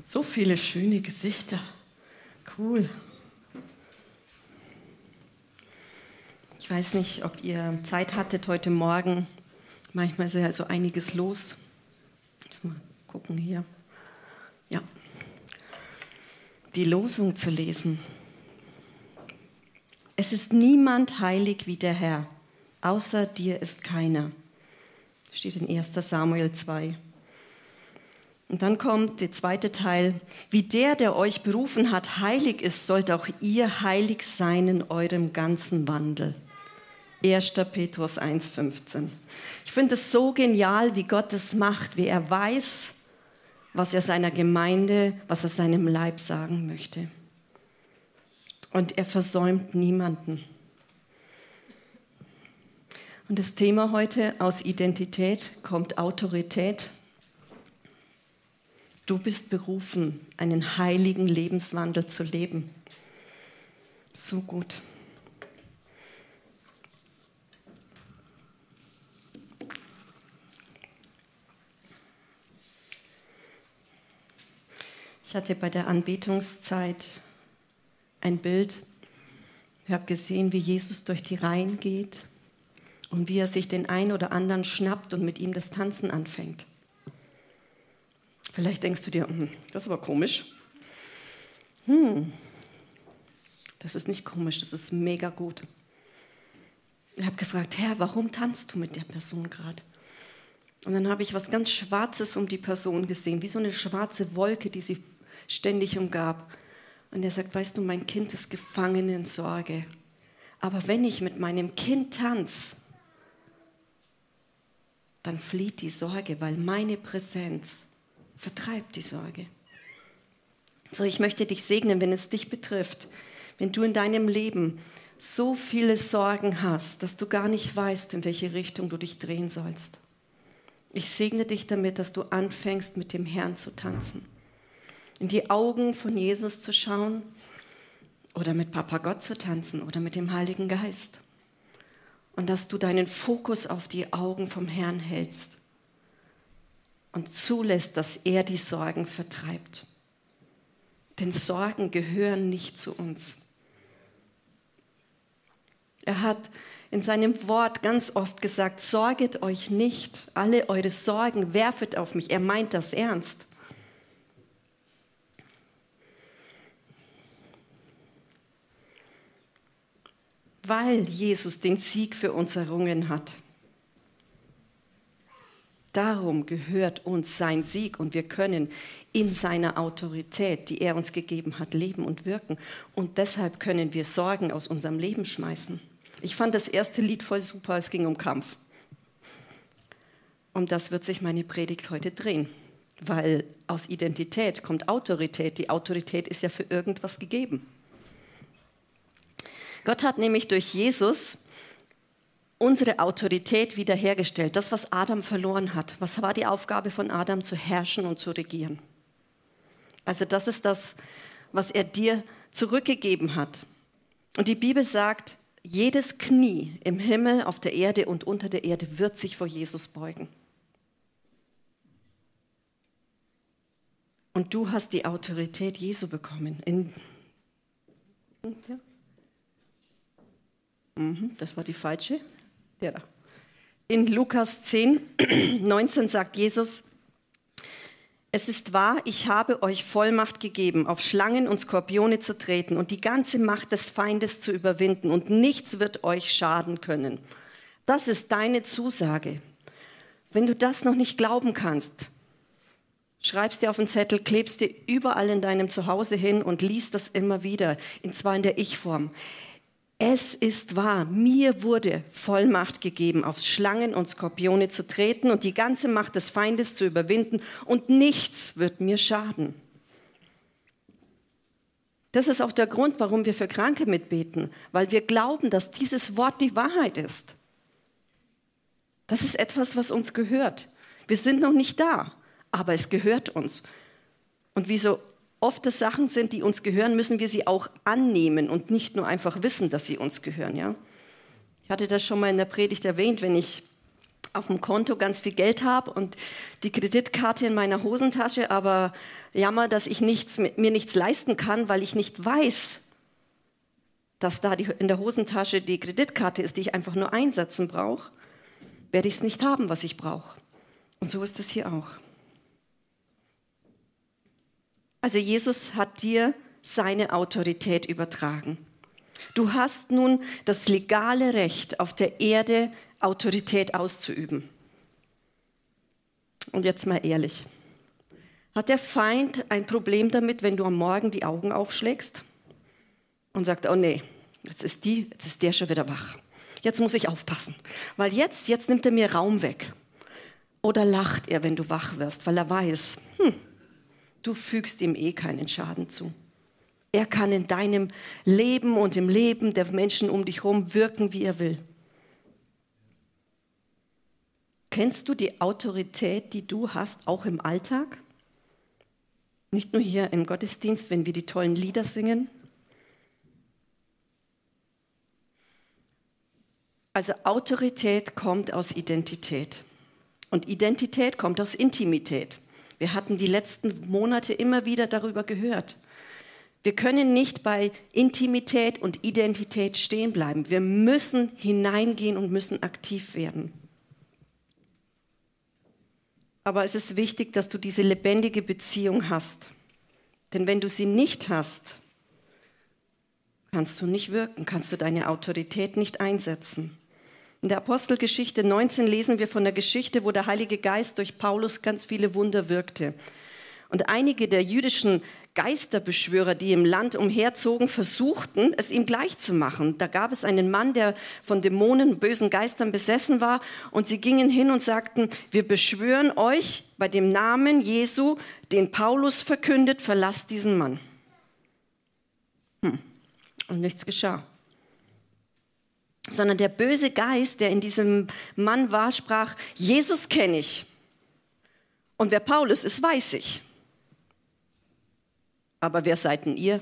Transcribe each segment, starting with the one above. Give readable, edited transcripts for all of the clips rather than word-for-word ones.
So viele schöne Gesichter. Cool. Ich weiß nicht, ob ihr Zeit hattet heute Morgen. Manchmal ist ja so einiges los. Jetzt mal gucken hier. Ja. Die Losung zu lesen. Es ist niemand heilig wie der Herr. Außer dir ist keiner. Steht in 1. Samuel 2. Und dann kommt der zweite Teil. Wie der euch berufen hat, heilig ist, sollt auch ihr heilig sein in eurem ganzen Wandel. 1. Petrus 1,15. Ich finde es so genial, wie Gott es macht, wie er weiß, was er seiner Gemeinde, was er seinem Leib sagen möchte. Und er versäumt niemanden. Und das Thema heute, aus Identität kommt Autorität. Du bist berufen, einen heiligen Lebenswandel zu leben. So gut. Ich hatte bei der Anbetungszeit ein Bild. Ich habe gesehen, wie Jesus durch die Reihen geht und wie er sich den einen oder anderen schnappt und mit ihm das Tanzen anfängt. Vielleicht denkst du dir, das ist aber komisch. Das ist nicht komisch, das ist mega gut. Ich habe gefragt, Herr, warum tanzt du mit der Person gerade? Und dann habe ich was ganz Schwarzes um die Person gesehen, wie so eine schwarze Wolke, die sie ständig umgab. Und er sagt, weißt du, mein Kind ist gefangen in Sorge. Aber wenn ich mit meinem Kind tanze, dann flieht die Sorge, weil meine Präsenz vertreibt die Sorge. So, ich möchte dich segnen, wenn es dich betrifft, wenn du in deinem Leben so viele Sorgen hast, dass du gar nicht weißt, in welche Richtung du dich drehen sollst. Ich segne dich damit, dass du anfängst, mit dem Herrn zu tanzen, in die Augen von Jesus zu schauen oder mit Papa Gott zu tanzen oder mit dem Heiligen Geist. Und dass du deinen Fokus auf die Augen vom Herrn hältst und zulässt, dass er die Sorgen vertreibt. Denn Sorgen gehören nicht zu uns. Er hat in seinem Wort ganz oft gesagt, sorget euch nicht, alle eure Sorgen werfet auf mich. Er meint das ernst. Weil Jesus den Sieg für uns errungen hat. Darum gehört uns sein Sieg und wir können in seiner Autorität, die er uns gegeben hat, leben und wirken. Und deshalb können wir Sorgen aus unserem Leben schmeißen. Ich fand das erste Lied voll super, es ging um Kampf. Um das wird sich meine Predigt heute drehen, weil aus Identität kommt Autorität. Die Autorität ist ja für irgendwas gegeben. Gott hat nämlich durch Jesus unsere Autorität wiederhergestellt. Das, was Adam verloren hat. Was war die Aufgabe von Adam? Zu herrschen und zu regieren. Also das ist das, was er dir zurückgegeben hat. Und die Bibel sagt, jedes Knie im Himmel, auf der Erde und unter der Erde wird sich vor Jesus beugen. Und du hast die Autorität Jesu bekommen. Das war die falsche. Ja. In Lukas 10, 19 sagt Jesus, es ist wahr, ich habe euch Vollmacht gegeben, auf Schlangen und Skorpione zu treten und die ganze Macht des Feindes zu überwinden und nichts wird euch schaden können. Das ist deine Zusage. Wenn du das noch nicht glauben kannst, schreibst dir auf einen Zettel, klebst dir überall in deinem Zuhause hin und liest das immer wieder, und zwar in der Ich-Form. Es ist wahr, mir wurde Vollmacht gegeben, auf Schlangen und Skorpione zu treten und die ganze Macht des Feindes zu überwinden und nichts wird mir schaden. Das ist auch der Grund, warum wir für Kranke mitbeten, weil wir glauben, dass dieses Wort die Wahrheit ist. Das ist etwas, was uns gehört. Wir sind noch nicht da, aber es gehört uns. Und wie so oft es Sachen sind, die uns gehören, müssen wir sie auch annehmen und nicht nur einfach wissen, dass sie uns gehören. Ja? Ich hatte das schon mal in der Predigt erwähnt, wenn ich auf dem Konto ganz viel Geld habe und die Kreditkarte in meiner Hosentasche, aber jammer, dass ich mir nichts leisten kann, weil ich nicht weiß, dass da in der Hosentasche die Kreditkarte ist, die ich einfach nur einsetzen brauche, werde ich es nicht haben, was ich brauche. Und so ist es hier auch. Also Jesus hat dir seine Autorität übertragen. Du hast nun das legale Recht, auf der Erde Autorität auszuüben. Und jetzt mal ehrlich. Hat der Feind ein Problem damit, wenn du am Morgen die Augen aufschlägst und sagst, oh nee, jetzt ist der schon wieder wach. Jetzt muss ich aufpassen, weil jetzt nimmt er mir Raum weg. Oder lacht er, wenn du wach wirst, weil er weiß, du fügst ihm keinen Schaden zu. Er kann in deinem Leben und im Leben der Menschen um dich herum wirken, wie er will. Kennst du die Autorität, die du hast, auch im Alltag? Nicht nur hier im Gottesdienst, wenn wir die tollen Lieder singen. Also Autorität kommt aus Identität. Und Identität kommt aus Intimität. Wir hatten die letzten Monate immer wieder darüber gehört. Wir können nicht bei Intimität und Identität stehen bleiben. Wir müssen hineingehen und müssen aktiv werden. Aber es ist wichtig, dass du diese lebendige Beziehung hast. Denn wenn du sie nicht hast, kannst du nicht wirken, kannst du deine Autorität nicht einsetzen. In der Apostelgeschichte 19 lesen wir von der Geschichte, wo der Heilige Geist durch Paulus ganz viele Wunder wirkte. Und einige der jüdischen Geisterbeschwörer, die im Land umherzogen, versuchten, es ihm gleichzumachen. Da gab es einen Mann, der von Dämonen, bösen Geistern besessen war. Und sie gingen hin und sagten, wir beschwören euch bei dem Namen Jesu, den Paulus verkündet, verlasst diesen Mann. Und nichts geschah. Sondern der böse Geist, der in diesem Mann war, sprach, Jesus kenne ich. Und wer Paulus ist, weiß ich. Aber wer seid denn ihr?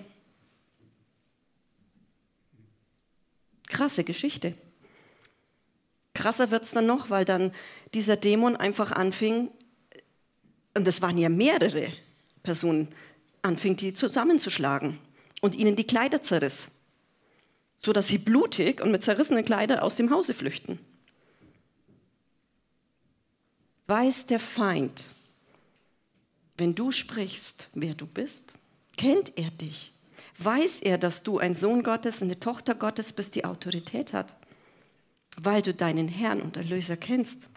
Krasse Geschichte. Krasser wird es dann noch, weil dann dieser Dämon einfach anfing, und es waren ja mehrere Personen, anfing die zusammenzuschlagen und ihnen die Kleider zerriss, sodass sie blutig und mit zerrissenen Kleidern aus dem Hause flüchten. Weiß der Feind, wenn du sprichst, wer du bist? Kennt er dich? Weiß er, dass du ein Sohn Gottes, eine Tochter Gottes bist, die Autorität hat? Weil du deinen Herrn und Erlöser kennst.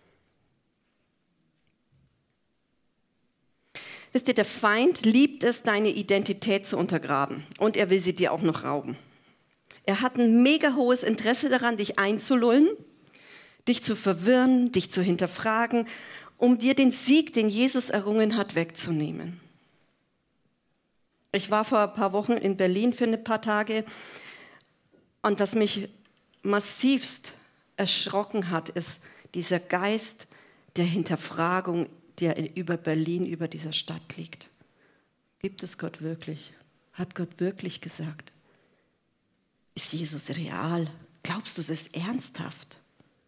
Wisst ihr, der Feind liebt es, deine Identität zu untergraben. Und er will sie dir auch noch rauben. Er hat ein mega hohes Interesse daran, dich einzulullen, dich zu verwirren, dich zu hinterfragen, um dir den Sieg, den Jesus errungen hat, wegzunehmen. Ich war vor ein paar Wochen in Berlin für ein paar Tage und was mich massivst erschrocken hat, ist dieser Geist der Hinterfragung, der über Berlin, über dieser Stadt liegt. Gibt es Gott wirklich? Hat Gott wirklich gesagt? Ist Jesus real? Glaubst du, es ist ernsthaft?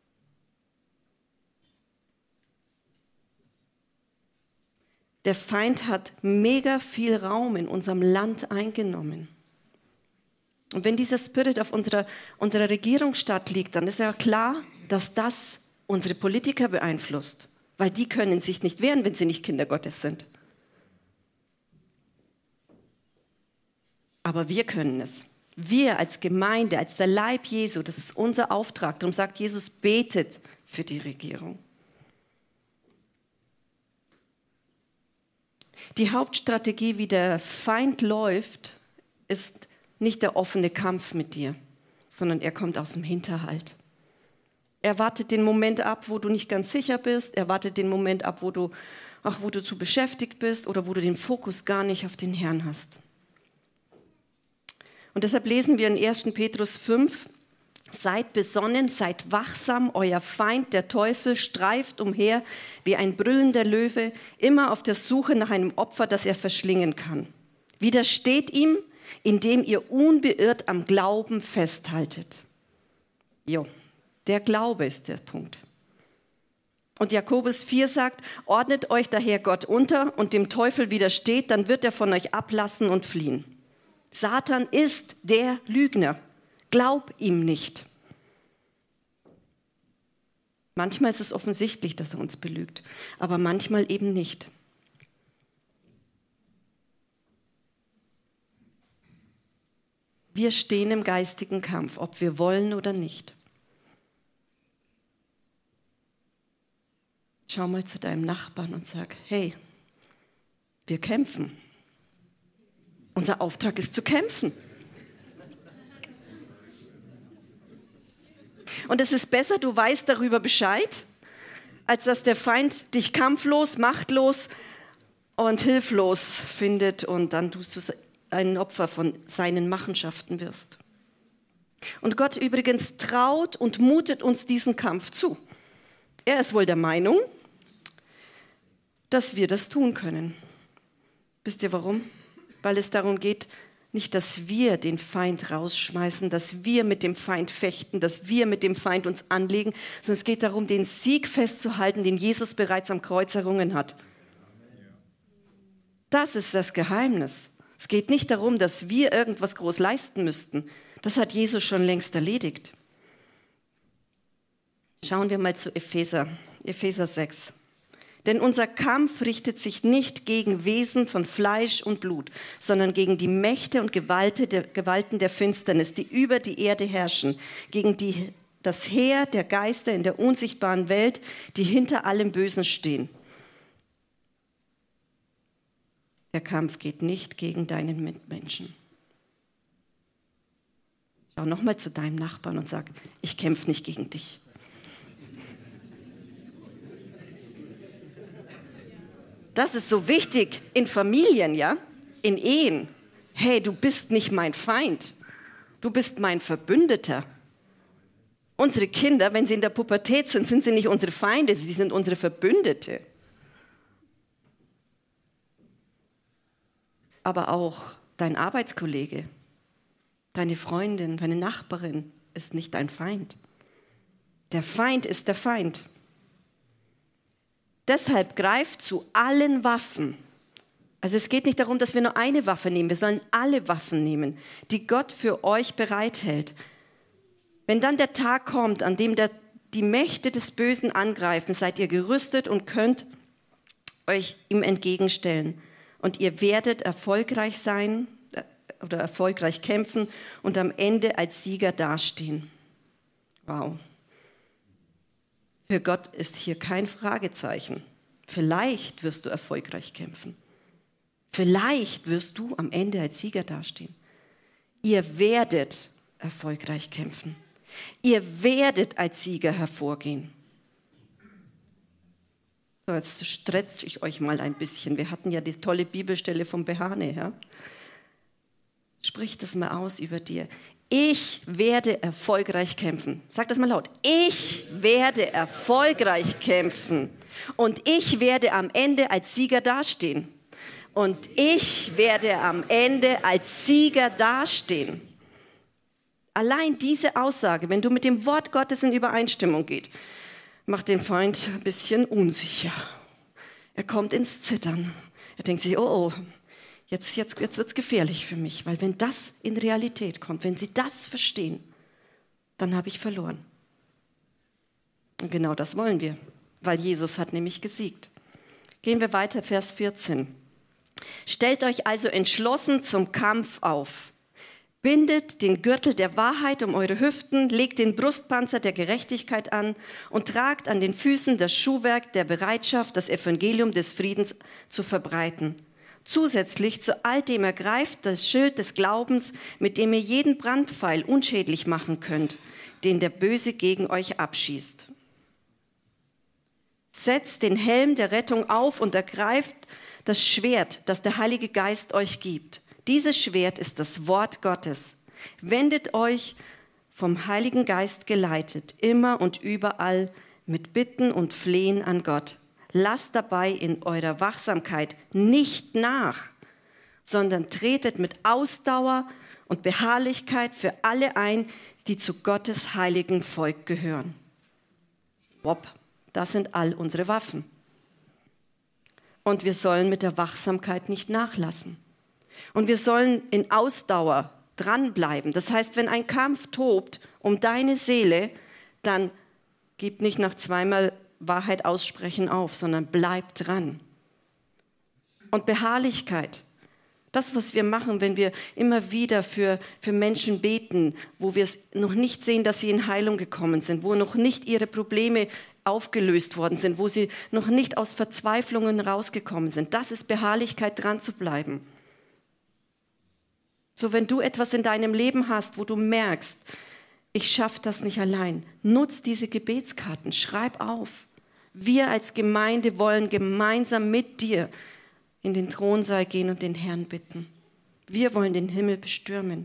Der Feind hat mega viel Raum in unserem Land eingenommen. Und wenn dieser Spirit auf unserer Regierungsstadt liegt, dann ist ja klar, dass das unsere Politiker beeinflusst. Weil die können sich nicht wehren, wenn sie nicht Kinder Gottes sind. Aber wir können es. Wir als Gemeinde, als der Leib Jesu, das ist unser Auftrag. Darum sagt Jesus, betet für die Regierung. Die Hauptstrategie, wie der Feind läuft, ist nicht der offene Kampf mit dir, sondern er kommt aus dem Hinterhalt. Er wartet den Moment ab, wo du nicht ganz sicher bist. Er wartet den Moment ab, wo du zu beschäftigt bist oder wo du den Fokus gar nicht auf den Herrn hast. Und deshalb lesen wir in 1. Petrus 5, seid besonnen, seid wachsam, euer Feind, der Teufel, streift umher wie ein brüllender Löwe, immer auf der Suche nach einem Opfer, das er verschlingen kann. Widersteht ihm, indem ihr unbeirrt am Glauben festhaltet. Jo, der Glaube ist der Punkt. Und Jakobus 4 sagt, ordnet euch daher Gott unter und dem Teufel widersteht, dann wird er von euch ablassen und fliehen. Satan ist der Lügner. Glaub ihm nicht. Manchmal ist es offensichtlich, dass er uns belügt, aber manchmal eben nicht. Wir stehen im geistigen Kampf, ob wir wollen oder nicht. Schau mal zu deinem Nachbarn und sag, hey, wir kämpfen. Unser Auftrag ist zu kämpfen. Und es ist besser, du weißt darüber Bescheid, als dass der Feind dich kampflos, machtlos und hilflos findet und dann du ein Opfer von seinen Machenschaften wirst. Und Gott übrigens traut und mutet uns diesen Kampf zu. Er ist wohl der Meinung, dass wir das tun können. Wisst ihr warum? Weil es darum geht, nicht, dass wir den Feind rausschmeißen, dass wir mit dem Feind fechten, dass wir mit dem Feind uns anlegen, sondern es geht darum, den Sieg festzuhalten, den Jesus bereits am Kreuz errungen hat. Das ist das Geheimnis. Es geht nicht darum, dass wir irgendwas groß leisten müssten. Das hat Jesus schon längst erledigt. Schauen wir mal zu Epheser 6. Denn unser Kampf richtet sich nicht gegen Wesen von Fleisch und Blut, sondern gegen die Mächte und Gewalten der Finsternis, die über die Erde herrschen, gegen das Heer der Geister in der unsichtbaren Welt, die hinter allem Bösen stehen. Der Kampf geht nicht gegen deinen Mitmenschen. Schau nochmal zu deinem Nachbarn und sag, ich kämpfe nicht gegen dich. Das ist so wichtig in Familien, ja, in Ehen. Hey, du bist nicht mein Feind, du bist mein Verbündeter. Unsere Kinder, wenn sie in der Pubertät sind, sind sie nicht unsere Feinde, sie sind unsere Verbündete. Aber auch dein Arbeitskollege, deine Freundin, deine Nachbarin ist nicht dein Feind. Der Feind ist der Feind. Deshalb greift zu allen Waffen. Also es geht nicht darum, dass wir nur eine Waffe nehmen, wir sollen alle Waffen nehmen, die Gott für euch bereithält. Wenn dann der Tag kommt, an dem die Mächte des Bösen angreifen, seid ihr gerüstet und könnt euch ihm entgegenstellen. Und ihr werdet erfolgreich sein oder erfolgreich kämpfen und am Ende als Sieger dastehen. Wow. Für Gott ist hier kein Fragezeichen. Vielleicht wirst du erfolgreich kämpfen. Vielleicht wirst du am Ende als Sieger dastehen. Ihr werdet erfolgreich kämpfen. Ihr werdet als Sieger hervorgehen. So, jetzt stretze ich euch mal ein bisschen. Wir hatten ja die tolle Bibelstelle vom Behane. Ja? Sprich das mal aus über dir. Ich werde erfolgreich kämpfen. Sag das mal laut. Ich werde erfolgreich kämpfen. Und ich werde am Ende als Sieger dastehen. Und ich werde am Ende als Sieger dastehen. Allein diese Aussage, wenn du mit dem Wort Gottes in Übereinstimmung gehst, macht den Feind ein bisschen unsicher. Er kommt ins Zittern. Er denkt sich, oh, jetzt wird es gefährlich für mich. Weil wenn das in Realität kommt, wenn sie das verstehen, dann habe ich verloren. Und genau das wollen wir, weil Jesus hat nämlich gesiegt. Gehen wir weiter, Vers 14. Stellt euch also entschlossen zum Kampf auf. Bindet den Gürtel der Wahrheit um eure Hüften, legt den Brustpanzer der Gerechtigkeit an und tragt an den Füßen das Schuhwerk der Bereitschaft, das Evangelium des Friedens zu verbreiten. Zusätzlich zu all dem ergreift das Schild des Glaubens, mit dem ihr jeden Brandpfeil unschädlich machen könnt, den der Böse gegen euch abschießt. Setzt den Helm der Rettung auf und ergreift das Schwert, das der Heilige Geist euch gibt. Dieses Schwert ist das Wort Gottes. Wendet euch vom Heiligen Geist geleitet, immer und überall mit Bitten und Flehen an Gott. Lasst dabei in eurer Wachsamkeit nicht nach, sondern tretet mit Ausdauer und Beharrlichkeit für alle ein, die zu Gottes heiligen Volk gehören. Bob, Das sind all unsere Waffen. Und wir sollen mit der Wachsamkeit nicht nachlassen. Und wir sollen in Ausdauer dranbleiben. Das heißt, wenn ein Kampf tobt um deine Seele, dann gib nicht nach zweimal Wahrheit aussprechen auf, sondern bleib dran. Und Beharrlichkeit. Das, was wir machen, wenn wir immer wieder für Menschen beten, wo wir es noch nicht sehen, dass sie in Heilung gekommen sind, wo noch nicht ihre Probleme aufgelöst worden sind, wo sie noch nicht aus Verzweiflungen rausgekommen sind. Das ist Beharrlichkeit, dran zu bleiben. So, wenn du etwas in deinem Leben hast, wo du merkst, ich schaffe das nicht allein, nutz diese Gebetskarten, schreib auf. Wir als Gemeinde wollen gemeinsam mit dir in den Thronsaal gehen und den Herrn bitten. Wir wollen den Himmel bestürmen.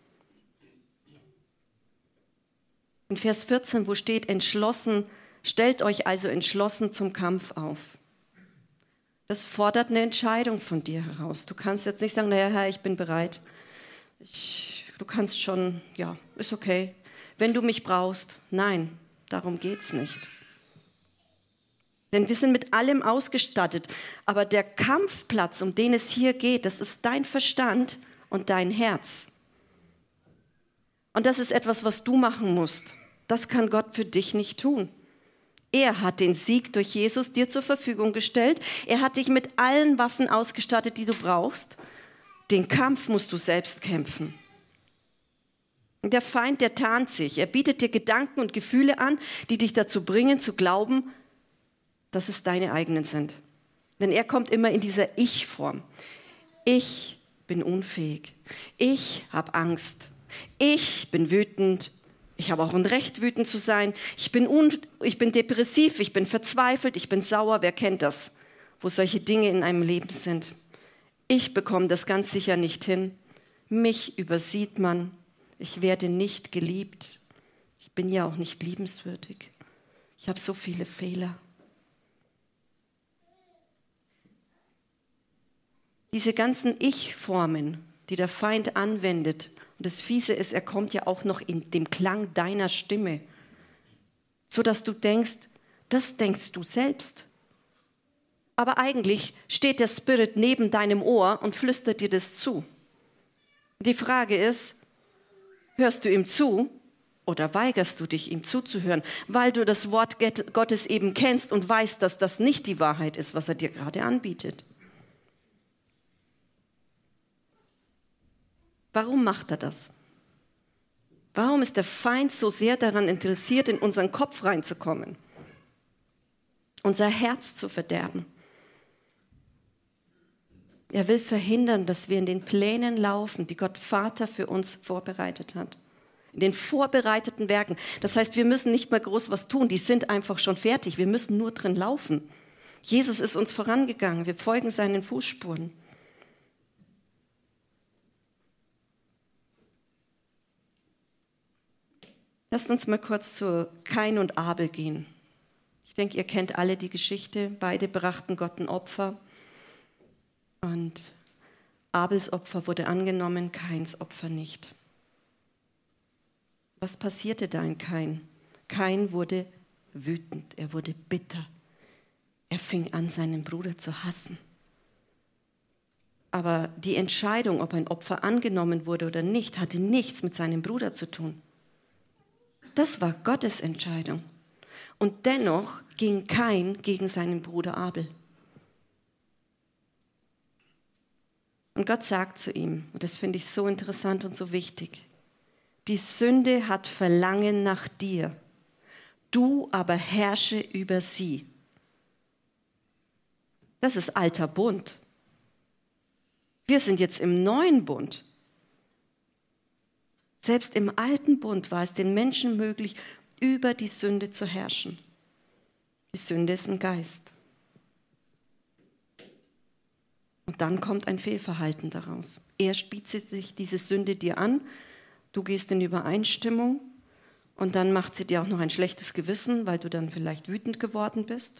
In Vers 14, wo steht, entschlossen, stellt euch also entschlossen zum Kampf auf. Das fordert eine Entscheidung von dir heraus. Du kannst jetzt nicht sagen, naja, Herr, ich bin bereit. Du kannst schon, ja, ist okay. Wenn du mich brauchst, nein, darum geht's nicht. Denn wir sind mit allem ausgestattet. Aber der Kampfplatz, um den es hier geht, das ist dein Verstand und dein Herz. Und das ist etwas, was du machen musst. Das kann Gott für dich nicht tun. Er hat den Sieg durch Jesus dir zur Verfügung gestellt. Er hat dich mit allen Waffen ausgestattet, die du brauchst. Den Kampf musst du selbst kämpfen. Und der Feind, der tarnt sich. Er bietet dir Gedanken und Gefühle an, die dich dazu bringen, zu glauben, dass es deine eigenen sind. Denn er kommt immer in dieser Ich-Form. Ich bin unfähig. Ich habe Angst. Ich bin wütend. Ich habe auch ein Recht, wütend zu sein. Ich bin depressiv, ich bin verzweifelt, ich bin sauer. Wer kennt das, wo solche Dinge in einem Leben sind? Ich bekomme das ganz sicher nicht hin. Mich übersieht man. Ich werde nicht geliebt. Ich bin ja auch nicht liebenswürdig. Ich habe so viele Fehler. Diese ganzen Ich-Formen, die der Feind anwendet, und das Fiese ist, er kommt ja auch noch in dem Klang deiner Stimme, sodass du denkst, das denkst du selbst. Aber eigentlich steht der Spirit neben deinem Ohr und flüstert dir das zu. Die Frage ist, hörst du ihm zu oder weigerst du dich, ihm zuzuhören, weil du das Wort Gottes eben kennst und weißt, dass das nicht die Wahrheit ist, was er dir gerade anbietet? Warum macht er das? Warum ist der Feind so sehr daran interessiert, in unseren Kopf reinzukommen, unser Herz zu verderben? Er will verhindern, dass wir in den Plänen laufen, die Gott Vater für uns vorbereitet hat. In den vorbereiteten Werken. Das heißt, wir müssen nicht mehr groß was tun, die sind einfach schon fertig. Wir müssen nur drin laufen. Jesus ist uns vorangegangen, wir folgen seinen Fußspuren. Lasst uns mal kurz zu Kain und Abel gehen. Ich denke, ihr kennt alle die Geschichte. Beide brachten Gott ein Opfer. Und Abels Opfer wurde angenommen, Kains Opfer nicht. Was passierte da in Kain? Kain wurde wütend, er wurde bitter. Er fing an, seinen Bruder zu hassen. Aber die Entscheidung, ob ein Opfer angenommen wurde oder nicht, hatte nichts mit seinem Bruder zu tun. Das war Gottes Entscheidung. Und dennoch ging Kain gegen seinen Bruder Abel. Und Gott sagt zu ihm, und das finde ich so interessant und so wichtig, die Sünde hat Verlangen nach dir, du aber herrsche über sie. Das ist alter Bund. Wir sind jetzt im neuen Bund. Selbst im alten Bund war es den Menschen möglich, über die Sünde zu herrschen. Die Sünde ist ein Geist. Und dann kommt ein Fehlverhalten daraus. Er spitzt sich diese Sünde dir an, du gehst in Übereinstimmung und dann macht sie dir auch noch ein schlechtes Gewissen, weil du dann vielleicht wütend geworden bist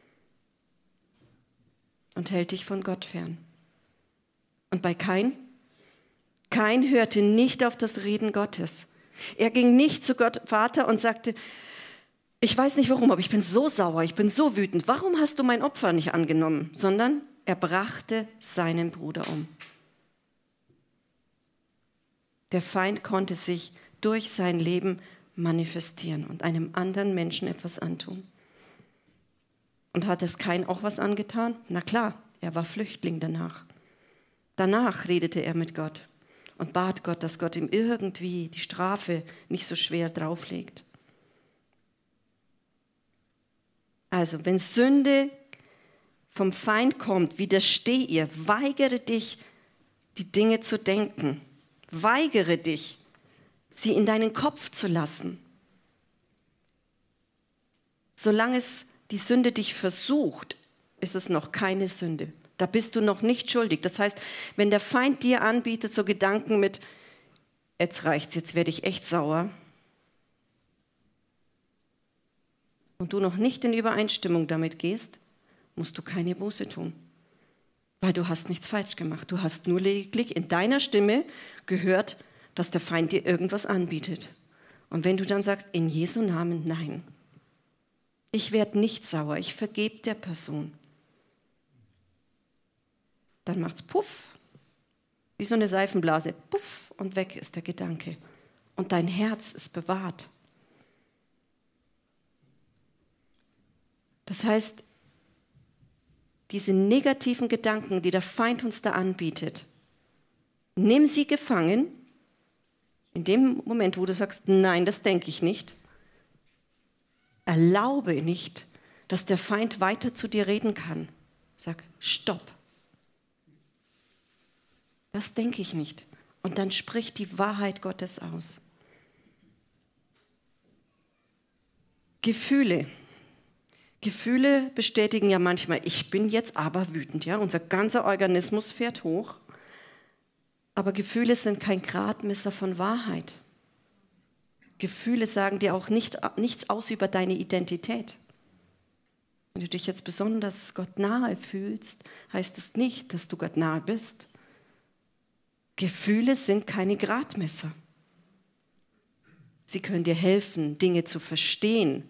und hält dich von Gott fern. Und bei Kain hörte nicht auf das Reden Gottes. Er ging nicht zu Gott Vater und sagte, ich weiß nicht warum, aber ich bin so sauer, ich bin so wütend. Warum hast du mein Opfer nicht angenommen? Sondern er brachte seinen Bruder um. Der Feind konnte sich durch sein Leben manifestieren und einem anderen Menschen etwas antun. Und hat es Kain auch was angetan? Na klar, er war Flüchtling danach. Danach redete er mit Gott und bat Gott, dass Gott ihm irgendwie die Strafe nicht so schwer drauflegt. Also, wenn Sünde vom Feind kommt, widersteh ihr, weigere dich, die Dinge zu denken. Weigere dich, sie in deinen Kopf zu lassen. Solange es die Sünde dich versucht, ist es noch keine Sünde. Da bist du noch nicht schuldig. Das heißt, wenn der Feind dir anbietet, so Gedanken mit, jetzt reicht's, jetzt werde ich echt sauer, und du noch nicht in Übereinstimmung damit gehst, musst du keine Buße tun. Weil du hast nichts falsch gemacht. Du hast nur lediglich in deiner Stimme gehört, dass der Feind dir irgendwas anbietet. Und wenn du dann sagst, in Jesu Namen, nein. Ich werde nicht sauer, ich vergebe der Person. Dann macht's puff, wie so eine Seifenblase, puff, und weg ist der Gedanke. Und dein Herz ist bewahrt. Das heißt, diese negativen Gedanken, die der Feind uns da anbietet, nimm sie gefangen. In dem Moment, wo du sagst, nein, das denke ich nicht, erlaube nicht, dass der Feind weiter zu dir reden kann. Sag, stopp. Das denke ich nicht. Und dann sprich die Wahrheit Gottes aus. Gefühle. Gefühle bestätigen ja manchmal, ich bin jetzt aber wütend. Ja? Unser ganzer Organismus fährt hoch. Aber Gefühle sind kein Gradmesser von Wahrheit. Gefühle sagen dir auch nichts aus über deine Identität. Wenn du dich jetzt besonders Gott nahe fühlst, heißt es nicht, dass du Gott nahe bist. Gefühle sind keine Gradmesser. Sie können dir helfen, Dinge zu verstehen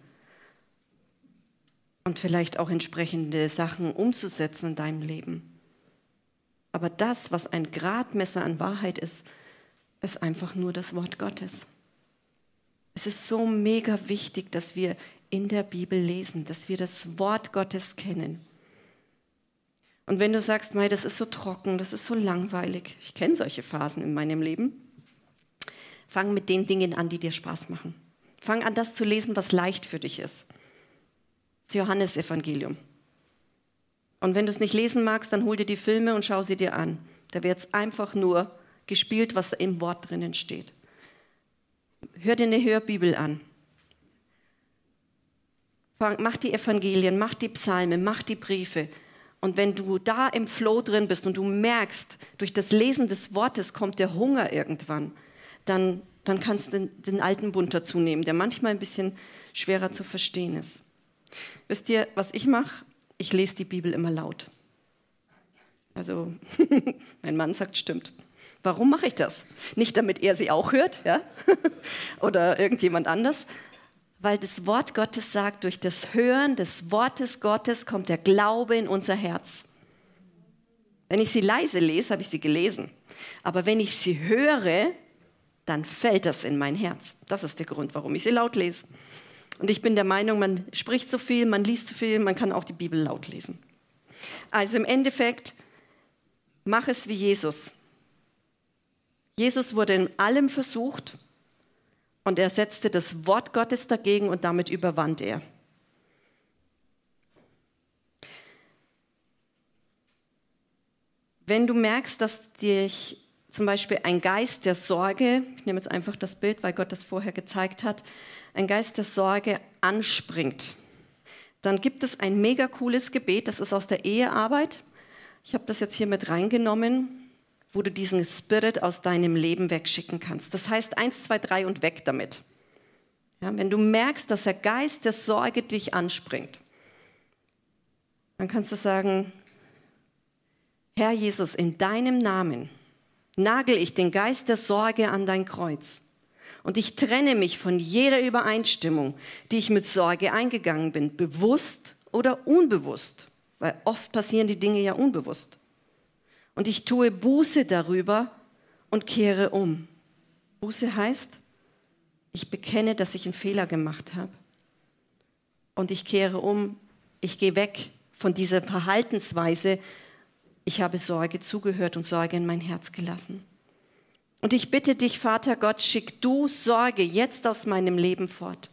und vielleicht auch entsprechende Sachen umzusetzen in deinem Leben. Aber das, was ein Gradmesser an Wahrheit ist, ist einfach nur das Wort Gottes. Es ist so mega wichtig, dass wir in der Bibel lesen, dass wir das Wort Gottes kennen. Und wenn du sagst, Mei, das ist so trocken, das ist so langweilig, ich kenne solche Phasen in meinem Leben, fang mit den Dingen an, die dir Spaß machen. Fang an, das zu lesen, was leicht für dich ist. Das Johannesevangelium. Und wenn du es nicht lesen magst, dann hol dir die Filme und schau sie dir an. Da wird es einfach nur gespielt, was im Wort drinnen steht. Hör dir eine Hörbibel an. Mach die Evangelien, mach die Psalme, mach die Briefe. Und wenn du da im Flow drin bist und du merkst, durch das Lesen des Wortes kommt der Hunger irgendwann, dann kannst du den alten Bund dazu nehmen, der manchmal ein bisschen schwerer zu verstehen ist. Wisst ihr, was ich mache? Ich lese die Bibel immer laut. Also, mein Mann sagt, stimmt. Warum mache ich das? Nicht, damit er sie auch hört, ja? Oder irgendjemand anders, weil das Wort Gottes sagt, durch das Hören des Wortes Gottes kommt der Glaube in unser Herz. Wenn ich sie leise lese, habe ich sie gelesen. Aber wenn ich sie höre, dann fällt das in mein Herz. Das ist der Grund, warum ich sie laut lese. Und ich bin der Meinung, man spricht so viel, man liest so viel, man kann auch die Bibel laut lesen. Also im Endeffekt, mach es wie Jesus. Jesus wurde in allem versucht und er setzte das Wort Gottes dagegen und damit überwand er. Wenn du merkst, dass dich zum Beispiel ein Geist der Sorge, ich nehme jetzt einfach das Bild, weil Gott das vorher gezeigt hat, ein Geist der Sorge anspringt, dann gibt es ein mega cooles Gebet, das ist aus der Ehearbeit. Ich habe das jetzt hier mit reingenommen, wo du diesen Spirit aus deinem Leben wegschicken kannst. Das heißt 1, 2, 3 und weg damit. Ja, wenn du merkst, dass der Geist der Sorge dich anspringt, dann kannst du sagen, Herr Jesus, in deinem Namen nagel ich den Geist der Sorge an dein Kreuz Und ich trenne mich von jeder Übereinstimmung, die ich mit Sorge eingegangen bin, bewusst oder unbewusst, weil oft passieren die Dinge ja unbewusst. Und ich tue Buße darüber und kehre um. Buße heißt, ich bekenne, dass ich einen Fehler gemacht habe. Und ich kehre um, ich gehe weg von dieser Verhaltensweise, ich habe Sorge zugehört und Sorge in mein Herz gelassen. Und ich bitte dich, Vater Gott, schick du Sorge jetzt aus meinem Leben fort.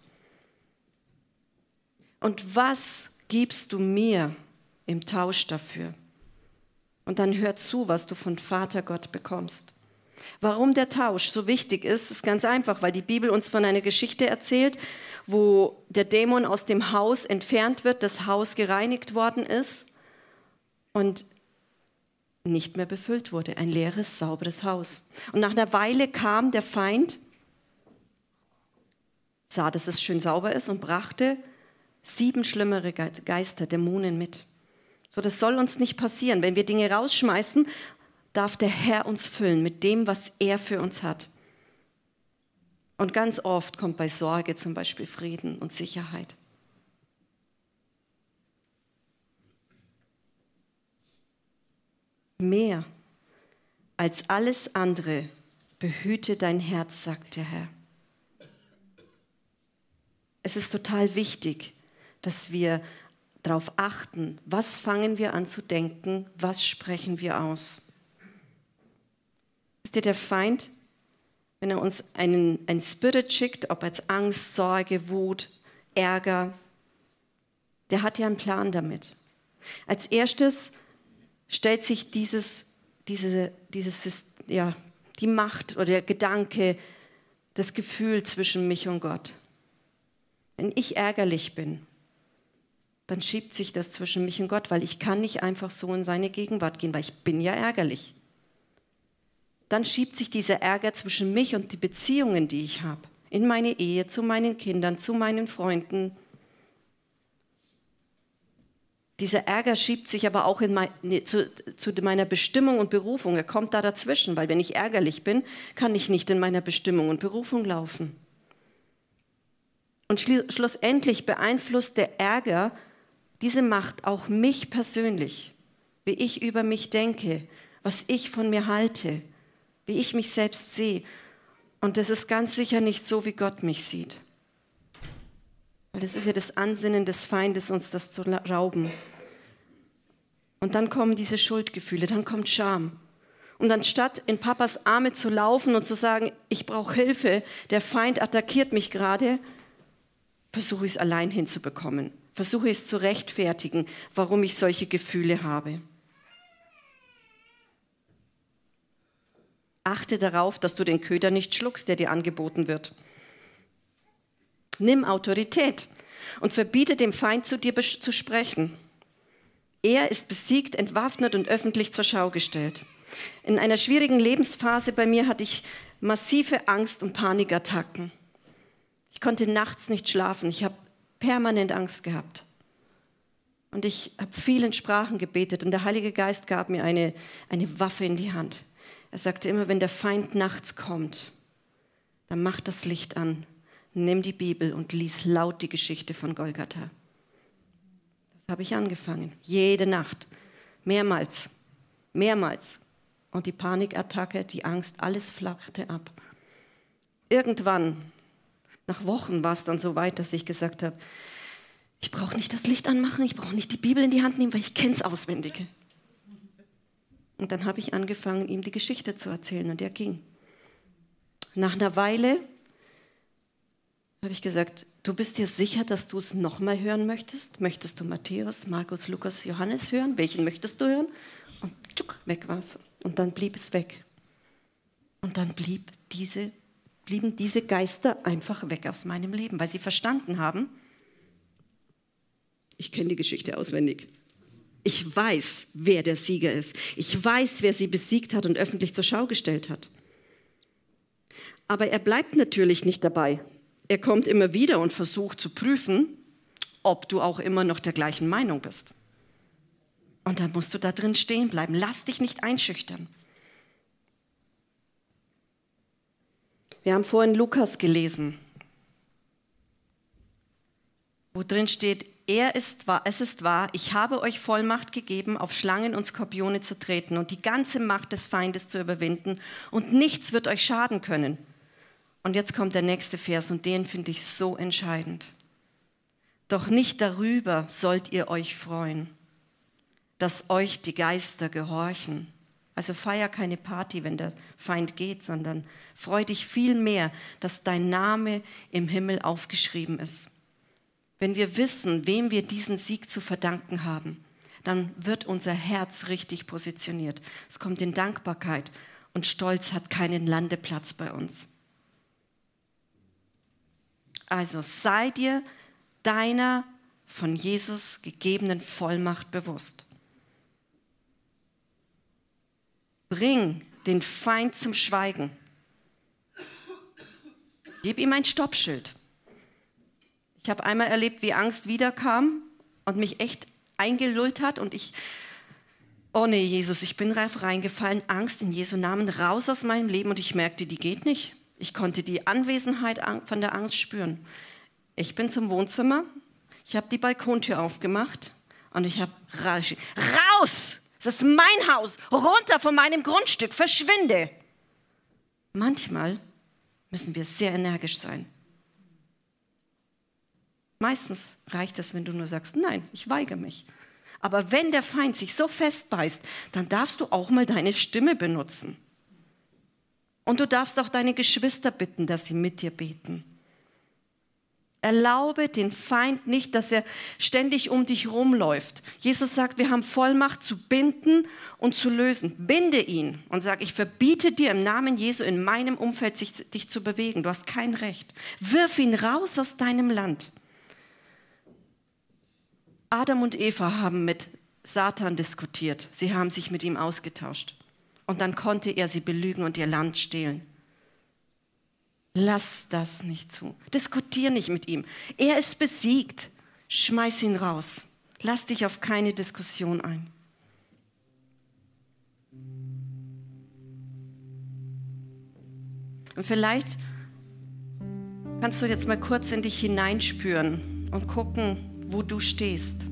Und was gibst du mir im Tausch dafür? Und dann hör zu, was du von Vater Gott bekommst. Warum der Tausch so wichtig ist, ist ganz einfach, weil die Bibel uns von einer Geschichte erzählt, wo der Dämon aus dem Haus entfernt wird, das Haus gereinigt worden ist und nicht mehr befüllt wurde. Ein leeres, sauberes Haus. Und nach einer Weile kam der Feind, sah, dass es schön sauber ist und brachte 7 schlimmere Geister, Dämonen mit. So, das soll uns nicht passieren. Wenn wir Dinge rausschmeißen, darf der Herr uns füllen mit dem, was er für uns hat. Und ganz oft kommt bei Sorge zum Beispiel Frieden und Sicherheit. Mehr als alles andere behüte dein Herz, sagt der Herr. Es ist total wichtig, dass wir darauf achten, was fangen wir an zu denken, was sprechen wir aus. Ist dir der Feind, wenn er uns einen Spirit schickt, ob als Angst, Sorge, Wut, Ärger, der hat ja einen Plan damit. Als erstes stellt sich die Macht oder der Gedanke, das Gefühl zwischen mich und Gott. Wenn ich ärgerlich bin, dann schiebt sich das zwischen mich und Gott, weil ich kann nicht einfach so in seine Gegenwart gehen, weil ich bin ja ärgerlich. Dann schiebt sich dieser Ärger zwischen mich und die Beziehungen, die ich habe, in meine Ehe, zu meinen Kindern, zu meinen Freunden. Dieser Ärger schiebt sich aber auch zu meiner Bestimmung und Berufung. Er kommt da dazwischen, weil wenn ich ärgerlich bin, kann ich nicht in meiner Bestimmung und Berufung laufen. Und schlussendlich beeinflusst der Ärger, diese Macht, auch mich persönlich, wie ich über mich denke, was ich von mir halte, wie ich mich selbst sehe. Und das ist ganz sicher nicht so, wie Gott mich sieht. Weil das ist ja das Ansinnen des Feindes, uns das zu rauben. Und dann kommen diese Schuldgefühle, dann kommt Scham. Und anstatt in Papas Arme zu laufen und zu sagen, ich brauche Hilfe, der Feind attackiert mich gerade, versuche ich es allein hinzubekommen. Versuche ich es zu rechtfertigen, warum ich solche Gefühle habe. Achte darauf, dass du den Köder nicht schluckst, der dir angeboten wird. Nimm Autorität und verbiete dem Feind zu dir zu sprechen. Er ist besiegt, entwaffnet und öffentlich zur Schau gestellt. In einer schwierigen Lebensphase bei mir hatte ich massive Angst- und Panikattacken. Ich konnte nachts nicht schlafen. Ich habe permanent Angst gehabt. Und ich habe viel in Sprachen gebetet und der Heilige Geist gab mir eine Waffe in die Hand. Er sagte immer, wenn der Feind nachts kommt, dann mach das Licht an, nimm die Bibel und lies laut die Geschichte von Golgatha. Das habe ich angefangen, jede Nacht, mehrmals. Und die Panikattacke, die Angst, alles flachte ab. Irgendwann, nach Wochen war es dann so weit, dass ich gesagt habe, ich brauche nicht das Licht anmachen, ich brauche nicht die Bibel in die Hand nehmen, weil ich kenne es auswendig. Und dann habe ich angefangen, ihm die Geschichte zu erzählen und er ging. Nach einer Weile habe ich gesagt, du bist dir sicher, dass du es nochmal hören möchtest? Möchtest du Matthäus, Markus, Lukas, Johannes hören? Welchen möchtest du hören? Und tschuck, weg war es. Und dann blieb es weg. Und dann blieben diese Geister einfach weg aus meinem Leben, weil sie verstanden haben, ich kenne die Geschichte auswendig. Ich weiß, wer der Sieger ist. Ich weiß, wer sie besiegt hat und öffentlich zur Schau gestellt hat. Aber er bleibt natürlich nicht dabei. Er kommt immer wieder und versucht zu prüfen, ob du auch immer noch der gleichen Meinung bist. Und dann musst du da drin stehen bleiben. Lass dich nicht einschüchtern. Wir haben vorhin Lukas gelesen, wo drin steht, es ist wahr, ich habe euch Vollmacht gegeben, auf Schlangen und Skorpione zu treten und die ganze Macht des Feindes zu überwinden und nichts wird euch schaden können. Und jetzt kommt der nächste Vers und den finde ich so entscheidend. Doch nicht darüber sollt ihr euch freuen, dass euch die Geister gehorchen. Also feier keine Party, wenn der Feind geht, sondern freu dich viel mehr, dass dein Name im Himmel aufgeschrieben ist. Wenn wir wissen, wem wir diesen Sieg zu verdanken haben, dann wird unser Herz richtig positioniert. Es kommt in Dankbarkeit und Stolz hat keinen Landeplatz bei uns. Also sei dir deiner von Jesus gegebenen Vollmacht bewusst. Bring den Feind zum Schweigen. Gib ihm ein Stoppschild. Ich habe einmal erlebt, wie Angst wiederkam und mich echt eingelullt hat und oh nee, Jesus, ich bin reingefallen, Angst in Jesu Namen, raus aus meinem Leben und ich merkte, die geht nicht. Ich konnte die Anwesenheit von der Angst spüren. Ich bin zum Wohnzimmer, ich habe die Balkontür aufgemacht und ich habe raus! Es ist mein Haus, runter von meinem Grundstück, verschwinde! Manchmal müssen wir sehr energisch sein. Meistens reicht es, wenn du nur sagst, nein, ich weigere mich. Aber wenn der Feind sich so festbeißt, dann darfst du auch mal deine Stimme benutzen. Und du darfst auch deine Geschwister bitten, dass sie mit dir beten. Erlaube den Feind nicht, dass er ständig um dich rumläuft. Jesus sagt, wir haben Vollmacht zu binden und zu lösen. Binde ihn und sag, ich verbiete dir im Namen Jesu in meinem Umfeld, dich zu bewegen. Du hast kein Recht. Wirf ihn raus aus deinem Land. Adam und Eva haben mit Satan diskutiert. Sie haben sich mit ihm ausgetauscht. Und dann konnte er sie belügen und ihr Land stehlen. Lass das nicht zu. Diskutier nicht mit ihm. Er ist besiegt. Schmeiß ihn raus. Lass dich auf keine Diskussion ein. Und vielleicht kannst du jetzt mal kurz in dich hineinspüren und gucken, wo du stehst.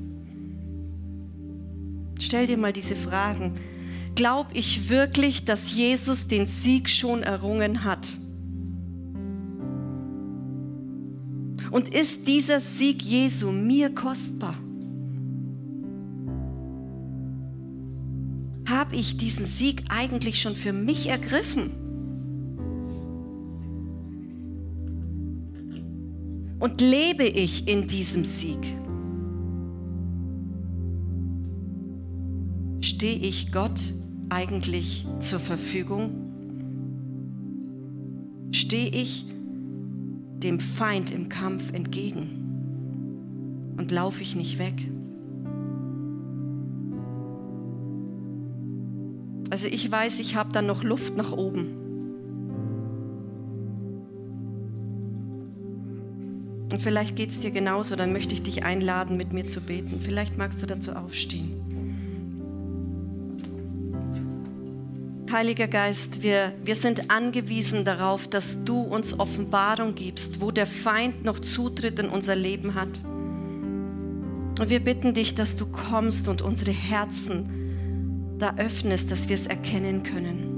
Stell dir mal diese Fragen. Glaub ich wirklich, dass Jesus den Sieg schon errungen hat? Und ist dieser Sieg Jesu mir kostbar? Habe ich diesen Sieg eigentlich schon für mich ergriffen? Und lebe ich in diesem Sieg? Stehe ich Gott eigentlich zur Verfügung? Stehe ich dem Feind im Kampf entgegen und laufe ich nicht weg? Also ich weiß, ich habe da noch Luft nach oben. Und vielleicht geht es dir genauso, dann möchte ich dich einladen, mit mir zu beten. Vielleicht magst du dazu aufstehen. Heiliger Geist, wir sind angewiesen darauf, dass du uns Offenbarung gibst, wo der Feind noch Zutritt in unser Laeben hat. Und wir bitten dich, dass du kommst und unsere Herzen da öffnest, dass wir es erkennen können.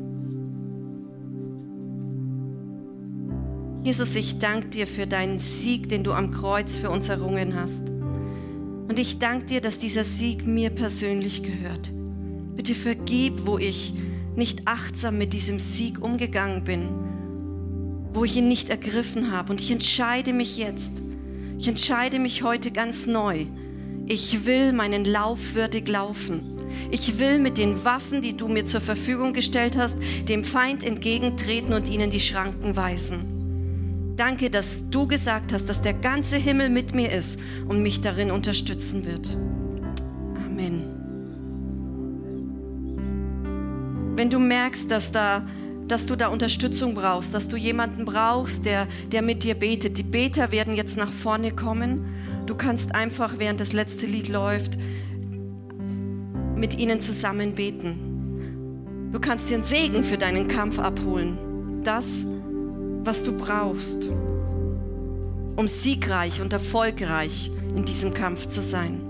Jesus, ich danke dir für deinen Sieg, den du am Kreuz für uns errungen hast. Und ich danke dir, dass dieser Sieg mir persönlich gehört. Bitte vergib, wo ich nicht achtsam mit diesem Sieg umgegangen bin, wo ich ihn nicht ergriffen habe. Und ich entscheide mich jetzt, ich entscheide mich heute ganz neu. Ich will meinen Lauf würdig laufen. Ich will mit den Waffen, die du mir zur Verfügung gestellt hast, dem Feind entgegentreten und ihnen die Schranken weisen. Danke, dass du gesagt hast, dass der ganze Himmel mit mir ist und mich darin unterstützen wird. Amen. Wenn du merkst, dass du da Unterstützung brauchst, dass du jemanden brauchst, der mit dir betet. Die Beter werden jetzt nach vorne kommen. Du kannst einfach, während das letzte Lied läuft, mit ihnen zusammen beten. Du kannst dir einen Segen für deinen Kampf abholen. Das was du brauchst, um siegreich und erfolgreich in diesem Kampf zu sein.